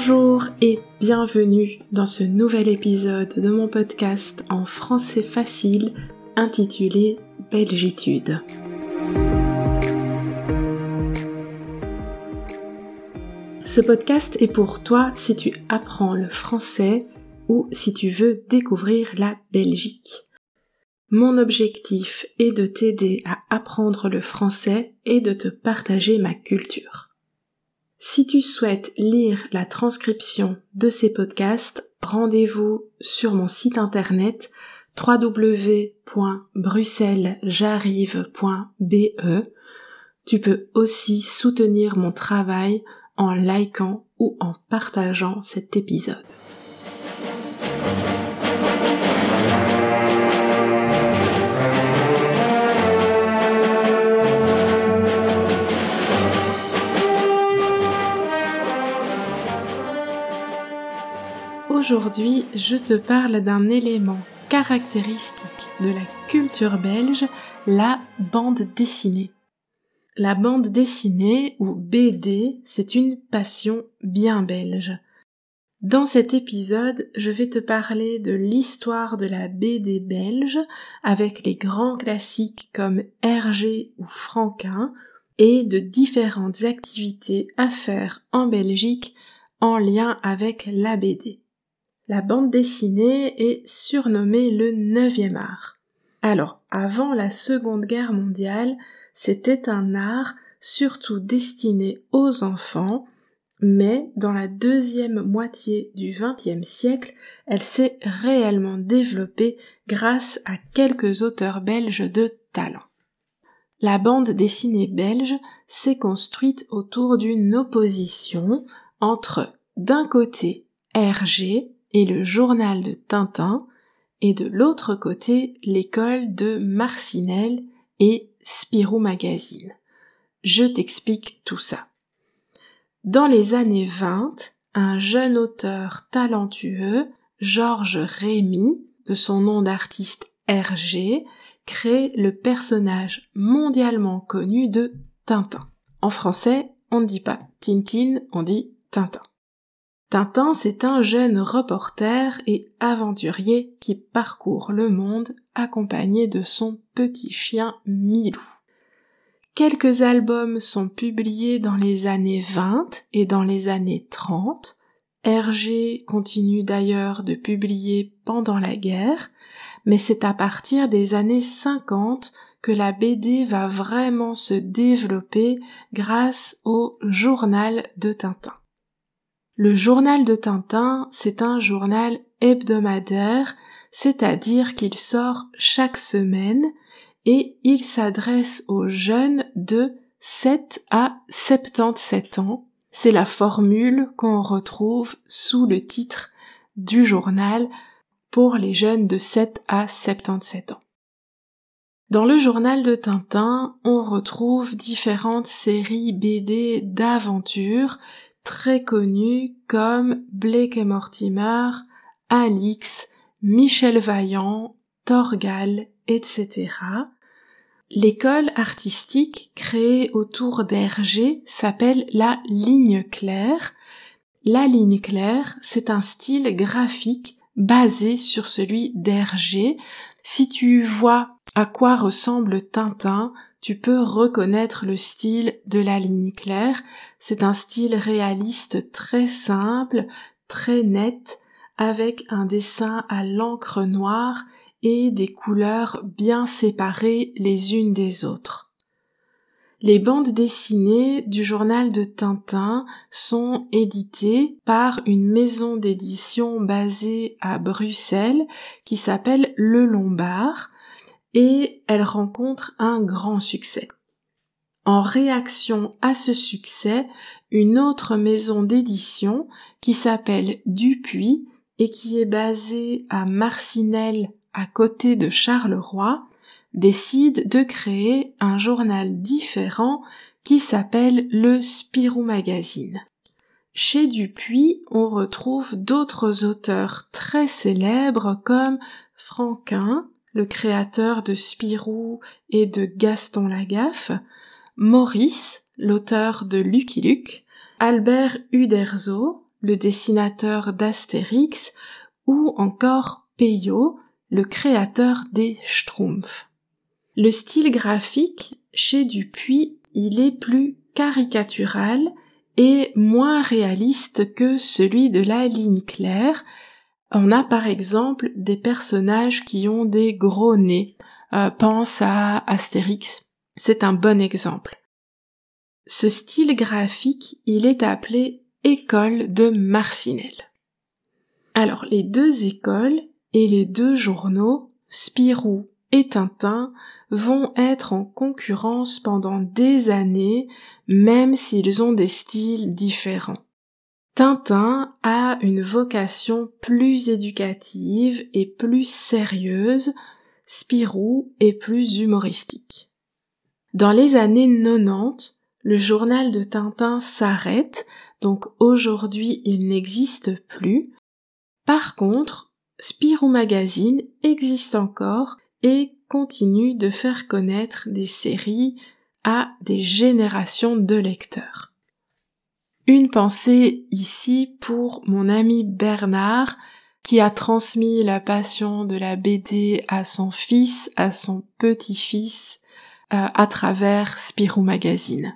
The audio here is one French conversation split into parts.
Bonjour et bienvenue dans ce nouvel épisode de mon podcast en français facile intitulé Belgitude. Ce podcast est pour toi si tu apprends le français ou si tu veux découvrir la Belgique. Mon objectif est de t'aider à apprendre le français et de te partager ma culture. Si tu souhaites lire la transcription de ces podcasts, rendez-vous sur mon site internet www.bruxellesj'arrive.be. Tu peux aussi soutenir mon travail en likant ou en partageant cet épisode. Aujourd'hui, je te parle d'un élément caractéristique de la culture belge, la bande dessinée. La bande dessinée, ou BD, c'est une passion bien belge. Dans cet épisode, je vais te parler de l'histoire de la BD belge, avec les grands classiques comme Hergé ou Franquin, et de différentes activités à faire en Belgique en lien avec la BD. La bande dessinée est surnommée le 9e art. Alors, avant la Seconde Guerre mondiale, c'était un art surtout destiné aux enfants, mais dans la deuxième moitié du XXe siècle, elle s'est réellement développée grâce à quelques auteurs belges de talent. La bande dessinée belge s'est construite autour d'une opposition entre, d'un côté, Hergé et le journal de Tintin, et de l'autre côté, l'école de Marcinelle et Spirou Magazine. Je t'explique tout ça. Dans les années 20, un jeune auteur talentueux, Georges Rémy, de son nom d'artiste Hergé, crée le personnage mondialement connu de Tintin. En français, on ne dit pas Tintine, on dit Tintin. Tintin, c'est un jeune reporter et aventurier qui parcourt le monde accompagné de son petit chien Milou. Quelques albums sont publiés dans les années 20 et dans les années 30. Hergé continue d'ailleurs de publier pendant la guerre, mais c'est à partir des années 50 que la BD va vraiment se développer grâce au journal de Tintin. Le journal de Tintin, c'est un journal hebdomadaire, c'est-à-dire qu'il sort chaque semaine et il s'adresse aux jeunes de 7 à 77 ans. C'est la formule qu'on retrouve sous le titre du journal pour les jeunes de 7 à 77 ans. Dans le journal de Tintin, on retrouve différentes séries BD d'aventures très connus comme Blake et Mortimer, Alix, Michel Vaillant, Torgal, etc. L'école artistique créée autour d'Hergé s'appelle la ligne claire. La ligne claire, c'est un style graphique basé sur celui d'Hergé. Si tu vois à quoi ressemble Tintin, tu peux reconnaître le style de la ligne claire. C'est un style réaliste très simple, très net, avec un dessin à l'encre noire et des couleurs bien séparées les unes des autres. Les bandes dessinées du journal de Tintin sont éditées par une maison d'édition basée à Bruxelles qui s'appelle Le Lombard, et elle rencontre un grand succès. En réaction à ce succès, une autre maison d'édition qui s'appelle Dupuis et qui est basée à Marcinelle à côté de Charleroi décide de créer un journal différent qui s'appelle le Spirou Magazine. Chez Dupuis, on retrouve d'autres auteurs très célèbres comme Franquin, le créateur de Spirou et de Gaston Lagaffe, Maurice, l'auteur de Lucky Luke, Albert Uderzo, le dessinateur d'Astérix, ou encore Peyo, le créateur des Schtroumpfs. Le style graphique chez Dupuis, il est plus caricatural et moins réaliste que celui de la ligne claire. On a par exemple des personnages qui ont des gros nez. Pense à Astérix, c'est un bon exemple. Ce style graphique, il est appelé école de Marcinelle. Alors, les deux écoles et les deux journaux, Spirou et Tintin, vont être en concurrence pendant des années, même s'ils ont des styles différents. Tintin a une vocation plus éducative et plus sérieuse, Spirou est plus humoristique. Dans les années 90, le journal de Tintin s'arrête, donc aujourd'hui il n'existe plus. Par contre, Spirou Magazine existe encore et continue de faire connaître des séries à des générations de lecteurs. Une pensée ici pour mon ami Bernard, qui a transmis la passion de la BD à son fils, à son petit-fils, à travers Spirou Magazine.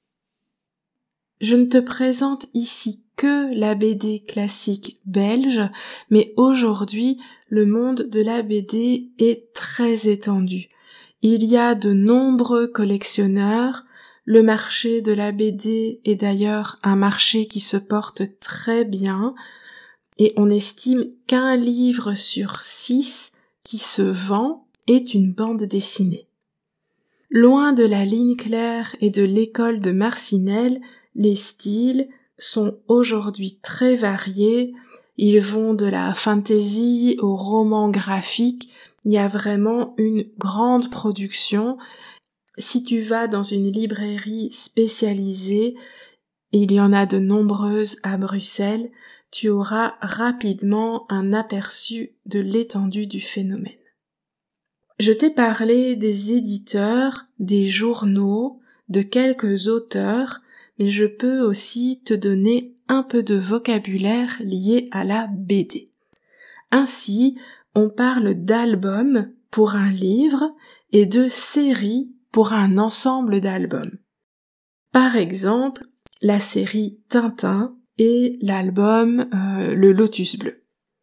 Je ne te présente ici que la BD classique belge, mais aujourd'hui, le monde de la BD est très étendu. Il y a de nombreux collectionneurs. Le marché de la BD est d'ailleurs un marché qui se porte très bien, et on estime qu'un livre sur 6 qui se vend est une bande dessinée. Loin de la ligne claire et de l'école de Marcinelle, les styles sont aujourd'hui très variés. Ils vont de la fantasy au roman graphique. Il y a vraiment une grande production. Si tu vas dans une librairie spécialisée, et il y en a de nombreuses à Bruxelles, tu auras rapidement un aperçu de l'étendue du phénomène. Je t'ai parlé des éditeurs, des journaux, de quelques auteurs, mais je peux aussi te donner un peu de vocabulaire lié à la BD. Ainsi, on parle d'album pour un livre et de série pour un ensemble d'albums. Par exemple, la série Tintin et l'album Le Lotus Bleu.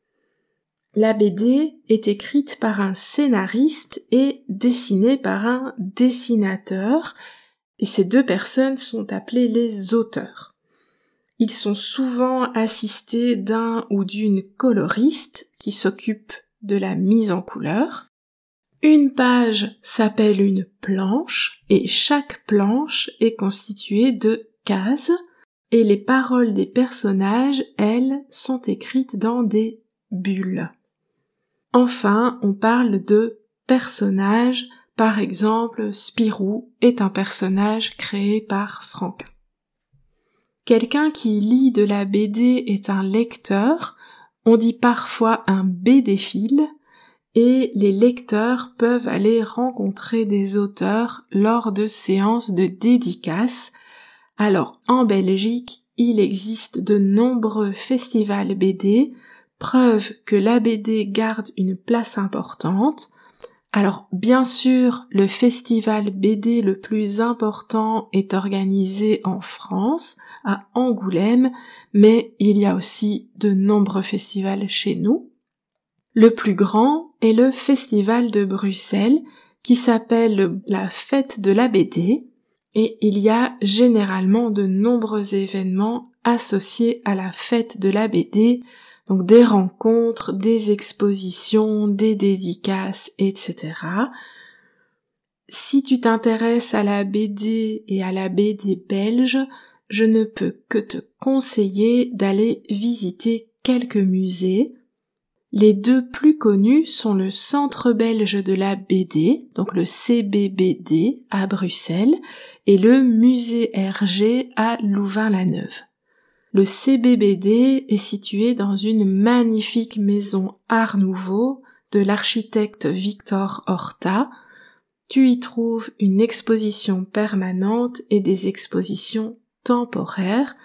La BD est écrite par un scénariste et dessinée par un dessinateur, et ces deux personnes sont appelées les auteurs. Ils sont souvent assistés d'un ou d'une coloriste qui s'occupe de la mise en couleur. Une page s'appelle une planche, et chaque planche est constituée de cases, et les paroles des personnages, elles, sont écrites dans des bulles. Enfin, on parle de personnages, par exemple, Spirou est un personnage créé par Franquin. Quelqu'un qui lit de la BD est un lecteur, on dit parfois un BDphile, et les lecteurs peuvent aller rencontrer des auteurs lors de séances de dédicaces. Alors, en Belgique, il existe de nombreux festivals BD, preuve que la BD garde une place importante. Alors, bien sûr, le festival BD le plus important est organisé en France, à Angoulême, mais il y a aussi de nombreux festivals chez nous. Le plus grand est le festival de Bruxelles, qui s'appelle la Fête de la BD, et il y a généralement de nombreux événements associés à la Fête de la BD, donc des rencontres, des expositions, des dédicaces, etc. Si tu t'intéresses à la BD et à la BD belge, je ne peux que te conseiller d'aller visiter quelques musées. Les deux plus connus sont le Centre belge de la BD, donc le CBBD à Bruxelles, et le Musée Hergé à Louvain-la-Neuve. Le CBBD est situé dans une magnifique maison Art Nouveau de l'architecte Victor Horta. Tu y trouves une exposition permanente et des expositions temporaires,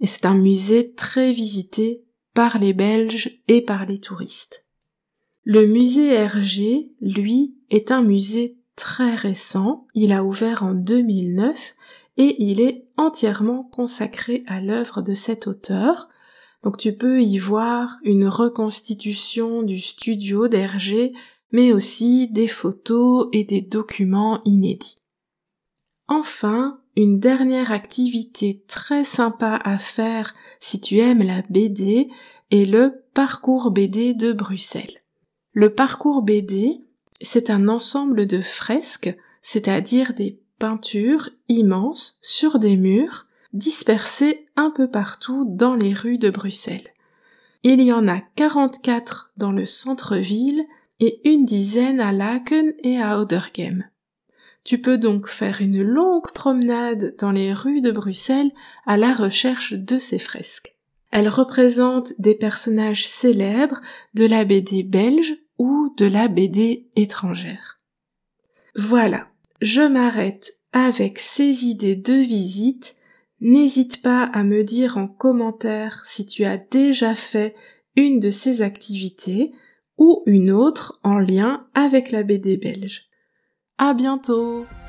et c'est un musée très visité par les Belges et par les touristes. Le musée Hergé, lui, est un musée très récent, il a ouvert en 2009 et il est entièrement consacré à l'œuvre de cet auteur. Donc tu peux y voir une reconstitution du studio d'Hergé, mais aussi des photos et des documents inédits. Enfin, une dernière activité très sympa à faire si tu aimes la BD est le parcours BD de Bruxelles. Le parcours BD, c'est un ensemble de fresques, c'est-à-dire des peintures immenses sur des murs, dispersées un peu partout dans les rues de Bruxelles. Il y en a 44 dans le centre-ville et une dizaine à Laken et à Oudergem. Tu peux donc faire une longue promenade dans les rues de Bruxelles à la recherche de ces fresques. Elles représentent des personnages célèbres de la BD belge ou de la BD étrangère. Voilà, je m'arrête avec ces idées de visite. N'hésite pas à me dire en commentaire si tu as déjà fait une de ces activités ou une autre en lien avec la BD belge. À bientôt!